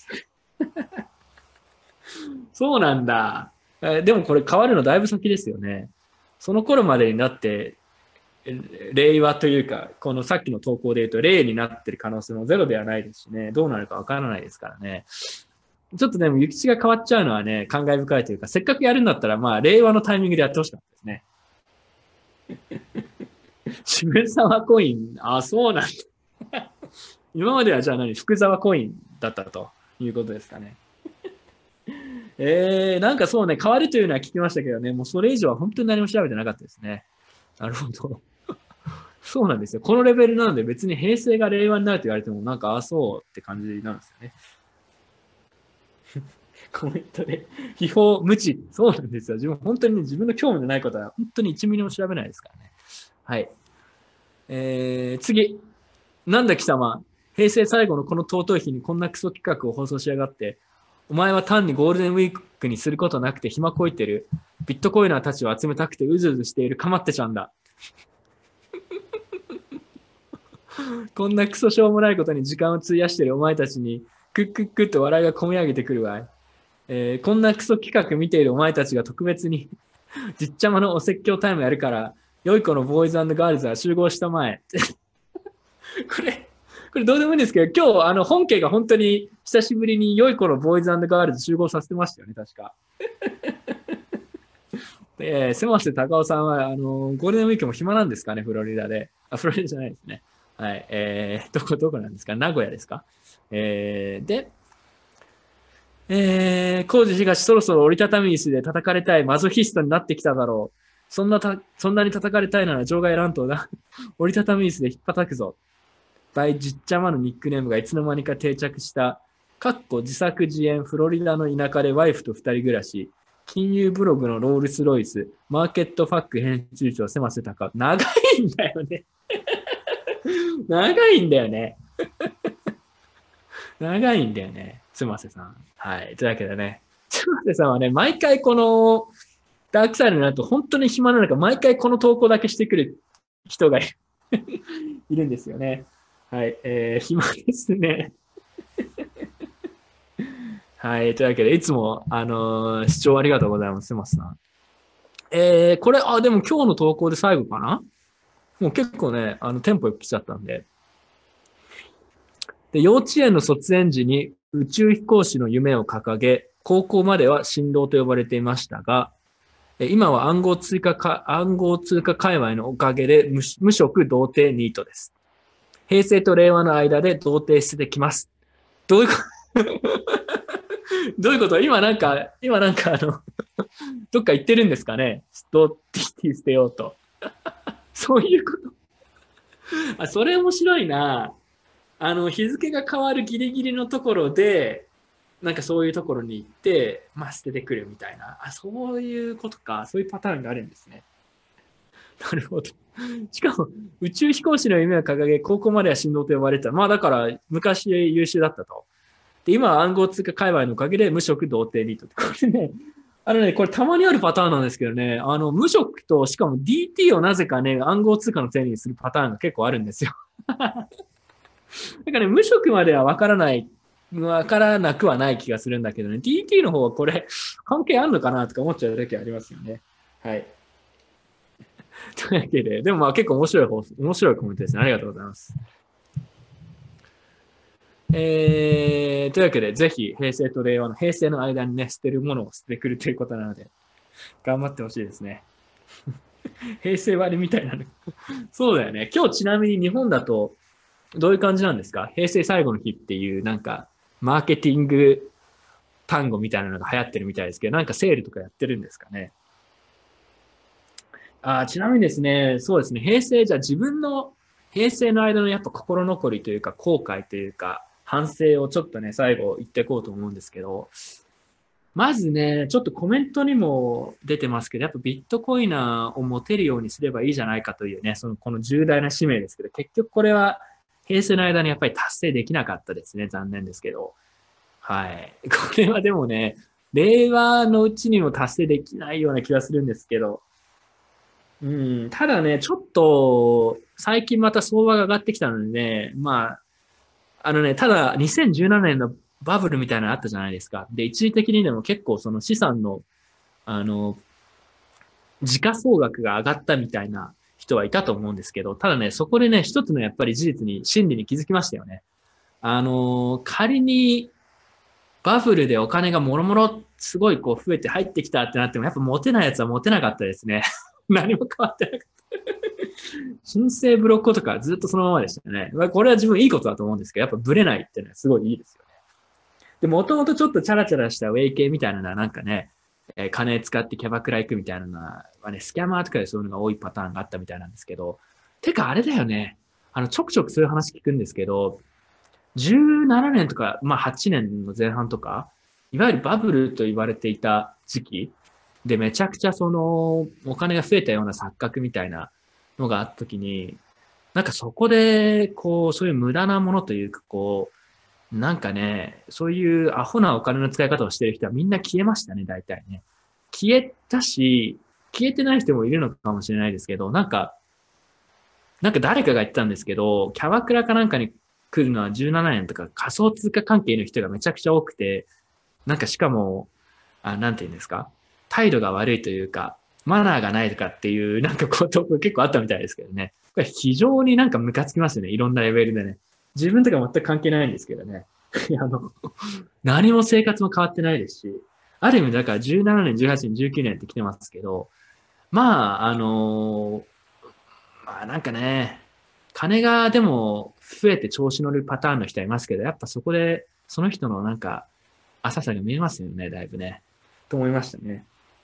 A: そうなんだ。えでもこれ変わるのだいぶ先ですよね。その頃までになって、令和というか、このさっきの投稿で言うと、令になってる可能性もゼロではないですしね、どうなるかわからないですからね。ちょっとでも、諭吉が変わっちゃうのはね、感慨深いというか、せっかくやるんだったら、まあ、令和のタイミングでやってほしかったですね。渋沢コイン、あ、そうなんだ。今まではじゃあ何、福沢コインだったということですかね。えー、なんかそうね、変わるというのは聞きましたけどね、もうそれ以上は本当に何も調べてなかったですね。なるほど。そうなんですよ。このレベルなので別に平成が令和になると言われてもなんか、あ、そうって感じなんですよね。コメントで、秘宝無知。そうなんですよ。自分、本当にね、自分の興味のないことは本当にいちミリも調べないですからね。はい。えー、次。なんだ貴様。平成最後のこの尊い日にこんなクソ企画を放送しやがって、お前は単にゴールデンウィークにすることなくて暇こいてる、ビットコイナーたちを集めたくてうずうずしているかまってちゃんだ。こんなクソしょうもないことに時間を費やしているお前たちに、クックックッと笑いがこみ上げてくるわい。えーこんなクソ企画見ているお前たちが特別にじっちゃまのお説教タイムやるから、良い子のボーイズガールズは集合したまえ。これ、これどうでもいいんですけど、今日、あの、本家が本当に久しぶりに良い子のボーイズガールズ集合させてましたよね、確か。 で、瀬松隆夫さんは、あの、ゴールデンウィークも暇なんですかね、フロリダで。あ、フロリダじゃないですね。はい。えー、どこ、どこなんですか？名古屋ですか？えー、で、えー、工事東そろそろ折りたたみ椅子で叩かれたいマゾヒストになってきただろう。そんなた、そんなに叩かれたいなら場外乱闘だ。折りたたみ椅子で引っ叩くぞ。バイじっちゃまのニックネームがいつの間にか定着した。かっこ自作自演フロリダの田舎でワイフと二人暮らし。金融ブログのロールスロイス。マーケットファック編集長狭瀬隆。長いんだよね。長いんだよね。長いんだよね。狭瀬さん。はい。というわけでね。狭瀬さんはね、毎回このダークサイドになると本当に暇なのか、毎回この投稿だけしてくる人がいるんですよね。はい。えー、暇ですね。はい。というわけで、いつも、あのー視聴ありがとうございます。狭瀬さん。えー、これ、あ、でも今日の投稿で最後かな。もう結構ね、あの、テンポよく来ちゃったんで。で、幼稚園の卒園時に宇宙飛行士の夢を掲げ、高校までは神童と呼ばれていましたが、今は暗号通貨か、暗号通貨界隈のおかげで無無職童貞ニートです。平成と令和の間で童貞捨ててきます。どういうことどういうこと今なんか、今なんかあの、どっか行ってるんですかね？童貞捨てようと。そういうこと。あ、それ面白いな。あの、日付が変わるギリギリのところで、なんかそういうところに行って、まあ捨ててくるみたいな。あ、そういうことか。そういうパターンがあるんですね。なるほど。しかも、宇宙飛行士の夢を掲げ、高校までは神童と呼ばれてた。まあだから、昔優秀だったと。で、今は暗号通貨界隈のおかげで無職童貞リートって。これね、あのね、これたまにあるパターンなんですけどね、あの、無職と、しかも ディーティー をなぜかね、暗号通貨のせいにするパターンが結構あるんですよ。だからね、無職まではわからない、わからなくはない気がするんだけどね、ディーティー の方はこれ、関係あるのかなとか思っちゃう時ありますよね。はい。というわけで、でもまあ結構面白い放送、面白いコメントですね。ありがとうございます。えー、というわけで、ぜひ、平成と令和の平成の間にね、捨てるものを捨ててくるということなので、頑張ってほしいですね。平成割みたいなの。そうだよね。今日ちなみに日本だと、どういう感じなんですか？平成最後の日っていう、なんか、マーケティング単語みたいなのが流行ってるみたいですけど、なんかセールとかやってるんですかね。あ、ちなみにですね、そうですね、平成、じゃあ自分の平成の間のやっぱ心残りというか、後悔というか、反省をちょっとね、最後言っていこうと思うんですけど、まずね、ちょっとコメントにも出てますけど、やっぱビットコイナーを持てるようにすればいいじゃないかというね、その、この重大な使命ですけど、結局これは平成の間にやっぱり達成できなかったですね。残念ですけど。はい。これはでもね、令和のうちにも達成できないような気がするんですけど、うん、ただね、ちょっと、最近また相場が上がってきたのでね、まあ、あのね、ただ、にせんじゅうななねんのバブルみたいなのあったじゃないですか。で、一時的にでも結構その資産の、あの、時価総額が上がったみたいな人はいたと思うんですけど、ただね、そこでね、一つのやっぱり事実に、真理に気づきましたよね。あの、仮にバブルでお金がもろもろすごいこう増えて入ってきたってなっても、やっぱ持てないやつは持てなかったですね。何も変わってなかった。申請ブロックとかずっとそのままでしたね。これは自分いいことだと思うんですけど、やっぱブレないっていうのはすごいいいですよね。で、もともとちょっとチャラチャラしたウェイ系みたいなのはなんかね、えー金使ってキャバクラ行くみたいなのは、まあね、スキャマーとかでそういうのが多いパターンがあったみたいなんですけど、てかあれだよね。あの、ちょくちょくそういう話聞くんですけど、じゅうななねんとか、まあはちねんの前半とか、いわゆるバブルと言われていた時期でめちゃくちゃそのお金が増えたような錯覚みたいなのがあった時に、なんかそこで、こう、そういう無駄なものというか、こう、なんかね、そういうアホなお金の使い方をしてる人はみんな消えましたね、大体ね。消えたし、消えてない人もいるのかもしれないですけど、なんか、なんか誰かが言ってたんですけど、キャバクラかなんかに来るのはじゅうななねんとか仮想通貨関係の人がめちゃくちゃ多くて、なんかしかも、あ、なんて言うんですか、態度が悪いというか、マナーがないとかっていう、なんかこと結構あったみたいですけどね。これ非常になんかムカつきますよね。いろんなレベルでね。自分とか全く関係ないんですけどね。あの、何も生活も変わってないですし、ある意味だからじゅうななねん、じゅうはちねん、じゅうきゅうねんって来てますけど、 まあ、あのまあなんかね、金がでも増えて調子乗るパターンの人はいますけど、やっぱそこでその人のなんか浅さが見えますよね、だいぶね。と思いましたね。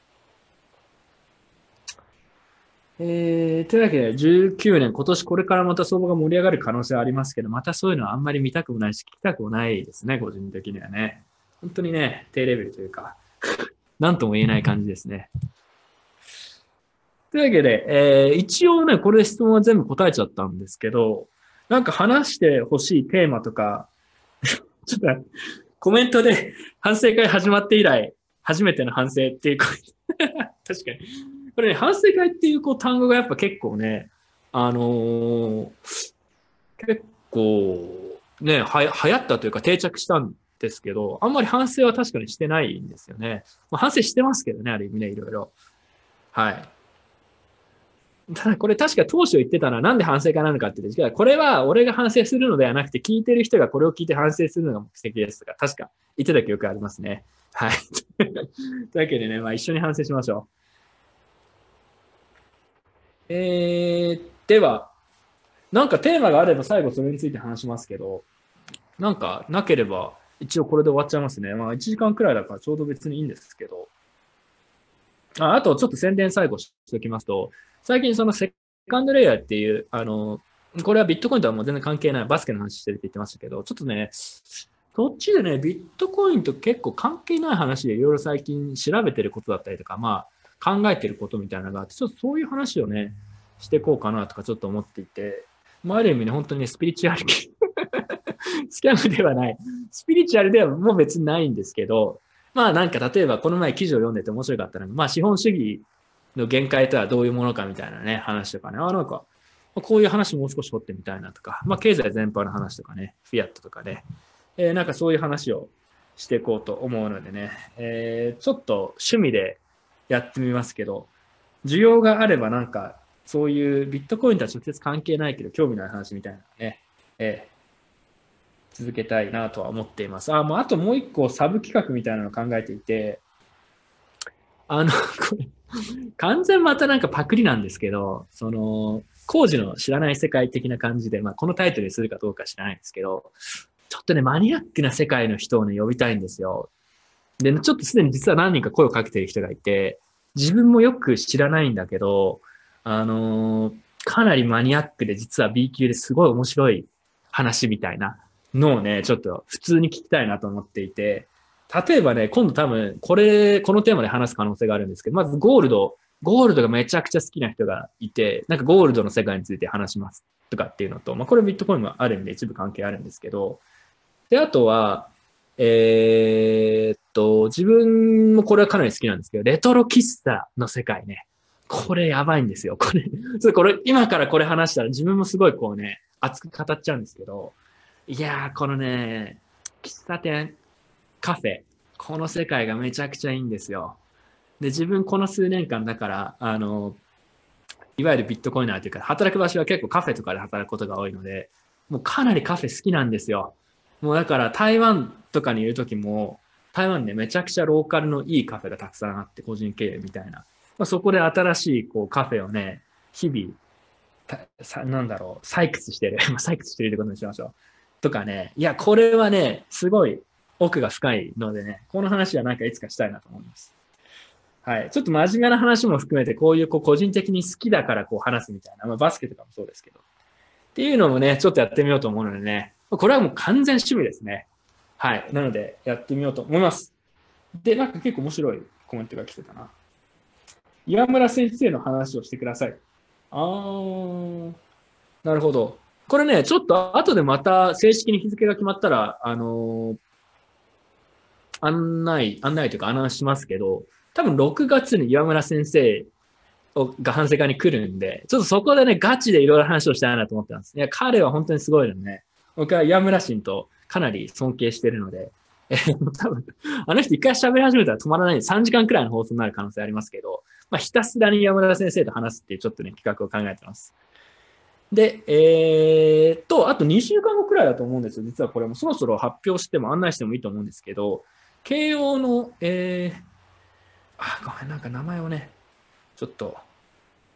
A: えー、というわけで、じゅうきゅうねん、今年これからまた相場が盛り上がる可能性はありますけど、またそういうのはあんまり見たくもないし、聞きたくもないですね、個人的にはね。本当にね、低レベルというか、なんとも言えない感じですね。というわけで、えー、一応ね、これ質問は全部答えちゃったんですけど、なんか話してほしいテーマとか、ちょっとコメントで反省会始まって以来、初めての反省っていう、確かに。これね、反省会っていうこう単語がやっぱ結構ね、あのー結構ね、はや、流行ったというか定着したんですけど、あんまり反省は確かにしてないんですよね。まあ、反省してますけどね、ある意味ね、いろいろ。はい。ただこれ確か当初言ってたのはなんで反省会なのかって言って、これは俺が反省するのではなくて、聞いてる人がこれを聞いて反省するのが目的ですとか、確か言ってた記憶ありますね。はい。というわけでね、まあ一緒に反省しましょう。えー、では、なんかテーマがあれば最後それについて話しますけど、なんかなければ一応これで終わっちゃいますね。まあいちじかんくらいだからちょうど別にいいんですけど、あ、あとちょっと宣伝最後しておきますと、最近そのセカンドレイヤーっていう、あの、これはビットコインとはもう全然関係ないバスケの話してるって言ってましたけど、ちょっとね、そっちでね、ビットコインと結構関係ない話でいろいろ最近調べてることだったりとか、まあ考えてることみたいなのがあって、ちょっとそういう話をね、していこうかなとかちょっと思っていて、まあある意味ね、本当にね、スピリチュアル系スキャムではない。スピリチュアルではもう別にないんですけど、まあなんか例えばこの前記事を読んでて面白かったのが、まあ資本主義の限界とはどういうものかみたいなね、話とかね。あ、なんか、こういう話もう少し掘ってみたいなとか、まあ経済全般の話とかね、フィアットとかね、えーなんかそういう話をしていこうと思うのでね、えーちょっと趣味でやってみますけど、需要があればなんか、そういうビットコインとは直接関係ないけど興味のある話みたいなね、えー続けたいなとは思っています。あ、もうあともう一個サブ企画みたいなのを考えていて、あの、これ、完全またなんかパクリなんですけど、その、工事の知らない世界的な感じで、まあこのタイトルにするかどうか知らないんですけど、ちょっとね、マニアックな世界の人をね、呼びたいんですよ。で、ちょっとすでに実は何人か声をかけてる人がいて、自分もよく知らないんだけど、あのーかなりマニアックで実は B 級ですごい面白い話みたいなのをね、ちょっと普通に聞きたいなと思っていて、例えばね、今度多分これ、このテーマで話す可能性があるんですけど、まずゴールド、ゴールドがめちゃくちゃ好きな人がいて、なんかゴールドの世界について話しますとかっていうのと、まあこれビットコインもある意味で一部関係あるんですけど、で、あとは、えーっと、自分もこれはかなり好きなんですけど、レトロ喫茶の世界ね。これやばいんですよ。これ、それこれ、今からこれ話したら自分もすごいこうね、熱く語っちゃうんですけど、いやー、このね、喫茶店、カフェ、この世界がめちゃくちゃいいんですよ。で、自分この数年間だから、あの、いわゆるビットコイナーというか、働く場所は結構カフェとかで働くことが多いので、もうかなりカフェ好きなんですよ。もうだから台湾とかにいる時も、台湾でめちゃくちゃローカルのいいカフェがたくさんあって、個人経営みたいな。まあ、そこで新しいこうカフェをね、日々、さなんだろう、採掘してる。まあ採掘してるってことにしましょう。とかね。いや、これはね、すごい奥が深いのでね、この話はなんかいつかしたいなと思います。はい。ちょっと真面目な話も含めて、こういうこう個人的に好きだからこう話すみたいな、まあ、バスケとかもそうですけど。っていうのもね、ちょっとやってみようと思うのでね、これはもう完全趣味ですね。はい。なので、やってみようと思います。で、なんか結構面白いコメントが来てたな。岩村先生の話をしてください。あー、なるほど。これね、ちょっと後でまた正式に日付が決まったら、あのー案内、案内というかアナウンスしますけど、多分ろくがつに岩村先生が反省会に来るんで、ちょっとそこでね、ガチでいろいろ話をしたいなと思ってます。いや、彼は本当にすごいので、ね、僕は岩村慎とかなり尊敬してるので、えー、多分、あの人一回喋り始めたら止まらないでさんじかんくらいの放送になる可能性ありますけど、まあ、ひたすらに岩村先生と話すっていうちょっとね、企画を考えてます。で、えー、っと、あとにしゅうかんごくらいだと思うんですよ。実はこれもそろそろ発表しても案内してもいいと思うんですけど、慶応の、えー、あ、ごめん、なんか名前をね、ちょっと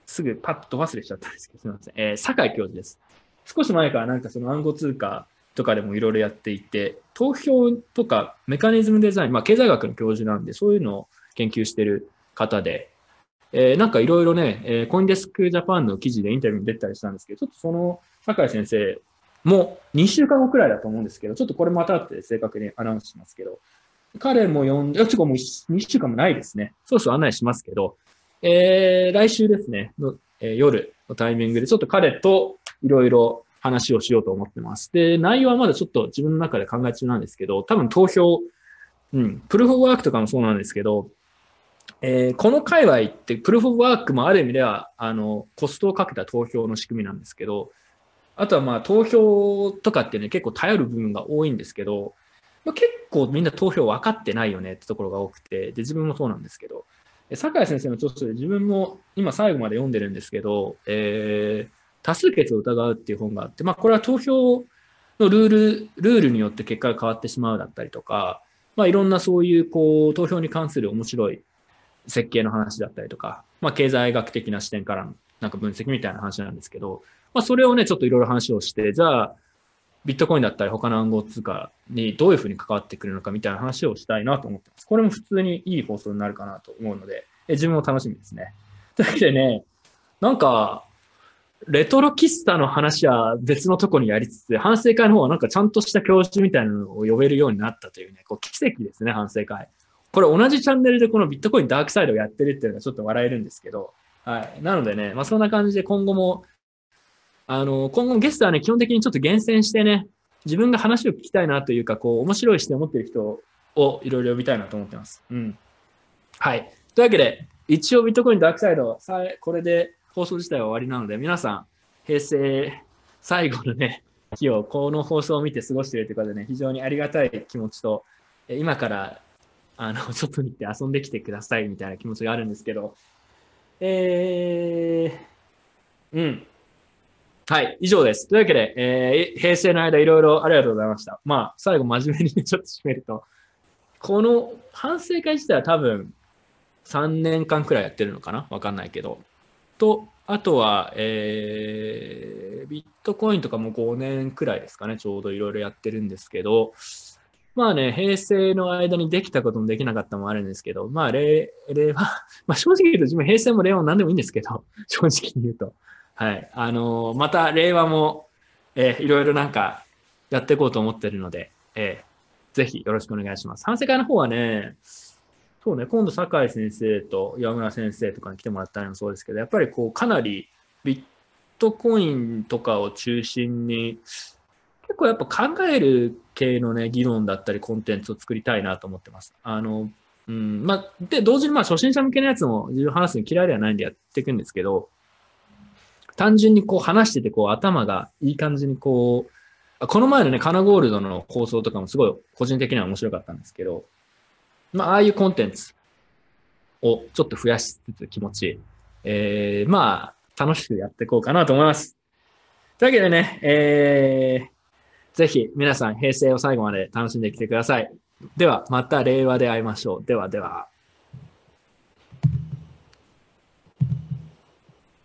A: すぐパッと忘れちゃったんですけど、すみません。えー、酒井教授です。少し前からなんかその暗号通貨とかでもいろいろやっていて、投票とかメカニズムデザイン、まあ経済学の教授なんで、そういうのを研究してる方で、えー、なんかいろいろね、えー、コインデスクジャパンの記事でインタビューに出たりしたんですけど、ちょっとその酒井先生もにしゅうかんごくらいだと思うんですけど、ちょっとこれまたって正確にアナウンスしますけど、彼も呼んで、ちょっともうにしゅうかんもないですね。そうそう案内しますけど、えー、来週ですねの、えー、夜のタイミングでちょっと彼といろいろ話をしようと思ってます。で、内容はまだちょっと自分の中で考え中なんですけど、多分投票、うん、プルーフ・オブ・ワークとかもそうなんですけど、えー、この界隈ってプルーフ・オブ・ワークもある意味では、あの、コストをかけた投票の仕組みなんですけど、あとはまあ投票とかってね、結構頼る部分が多いんですけど、まあ、結構みんな投票分かってないよねってところが多くて、で、自分もそうなんですけど、酒井先生の著書で自分も今最後まで読んでるんですけど、えー、多数決を疑うっていう本があって、まあこれは投票のルール、ルールによって結果が変わってしまうだったりとか、まあいろんなそういうこう投票に関する面白い設計の話だったりとか、まあ経済学的な視点からのなんか分析みたいな話なんですけど、まあそれをね、ちょっといろいろ話をして、じゃあ、ビットコインだったり他の暗号通貨にどういうふうに関わってくるのかみたいな話をしたいなと思ってます。これも普通にいい放送になるかなと思うので、え自分も楽しみですね。というわけでね、なんか、レトロ喫茶の話は別のとこにやりつつ、反省会の方はなんかちゃんとした教授みたいなのを呼べるようになったというね、こう奇跡ですね、反省会。これ同じチャンネルでこのビットコインダークサイドをやってるっていうのがちょっと笑えるんですけど、はい。なのでね、まあそんな感じで今後もあの、今後もゲストはね、基本的にちょっと厳選してね、自分が話を聞きたいなというか、こう、面白い視点を持っている人をいろいろ呼びたいなと思ってます。うん。はい。というわけで、一応ビットコインダークサイド、これで放送自体は終わりなので、皆さん、平成最後のね、日をこの放送を見て過ごしているということでね、非常にありがたい気持ちと、今から、あの、外に行って遊んできてくださいみたいな気持ちがあるんですけど、えー、うん。はい、以上です。というわけで、えー、平成の間いろいろありがとうございました。まあ、最後真面目にちょっと締めると、この反省会自体は多分さんねんかんくらいやってるのかなわかんないけど。と、あとは、えー、ビットコインとかもごねんくらいですかね、ちょうどいろいろやってるんですけど、まあね、平成の間にできたこともできなかったもあるんですけど、まあ、令令和、まあ正直言うと自分平成も令和も何でもいいんですけど、正直に言うと。はい。あのーまた令和も、えーいろいろなんかやっていこうと思ってるので、えーぜひよろしくお願いします。反省会の方はね、そうね、今度酒井先生と岩村先生とかに来てもらったりもそうですけど、やっぱりこうかなりビットコインとかを中心に、結構やっぱ考える系のね、議論だったりコンテンツを作りたいなと思ってます。あの、うん、まあ、で、同時にまあ初心者向けのやつも自分話すの嫌いではないんでやっていくんですけど、単純にこう話しててこう頭がいい感じにこう、この前のね、カナゴールドの放送とかもすごい個人的には面白かったんですけど、まあ、ああいうコンテンツをちょっと増やしつつ気持ち、えー、まあ、楽しくやっていこうかなと思います。というわけでね、えー、ぜひ皆さん平成を最後まで楽しんできてください。では、また令和で会いましょう。ではでは。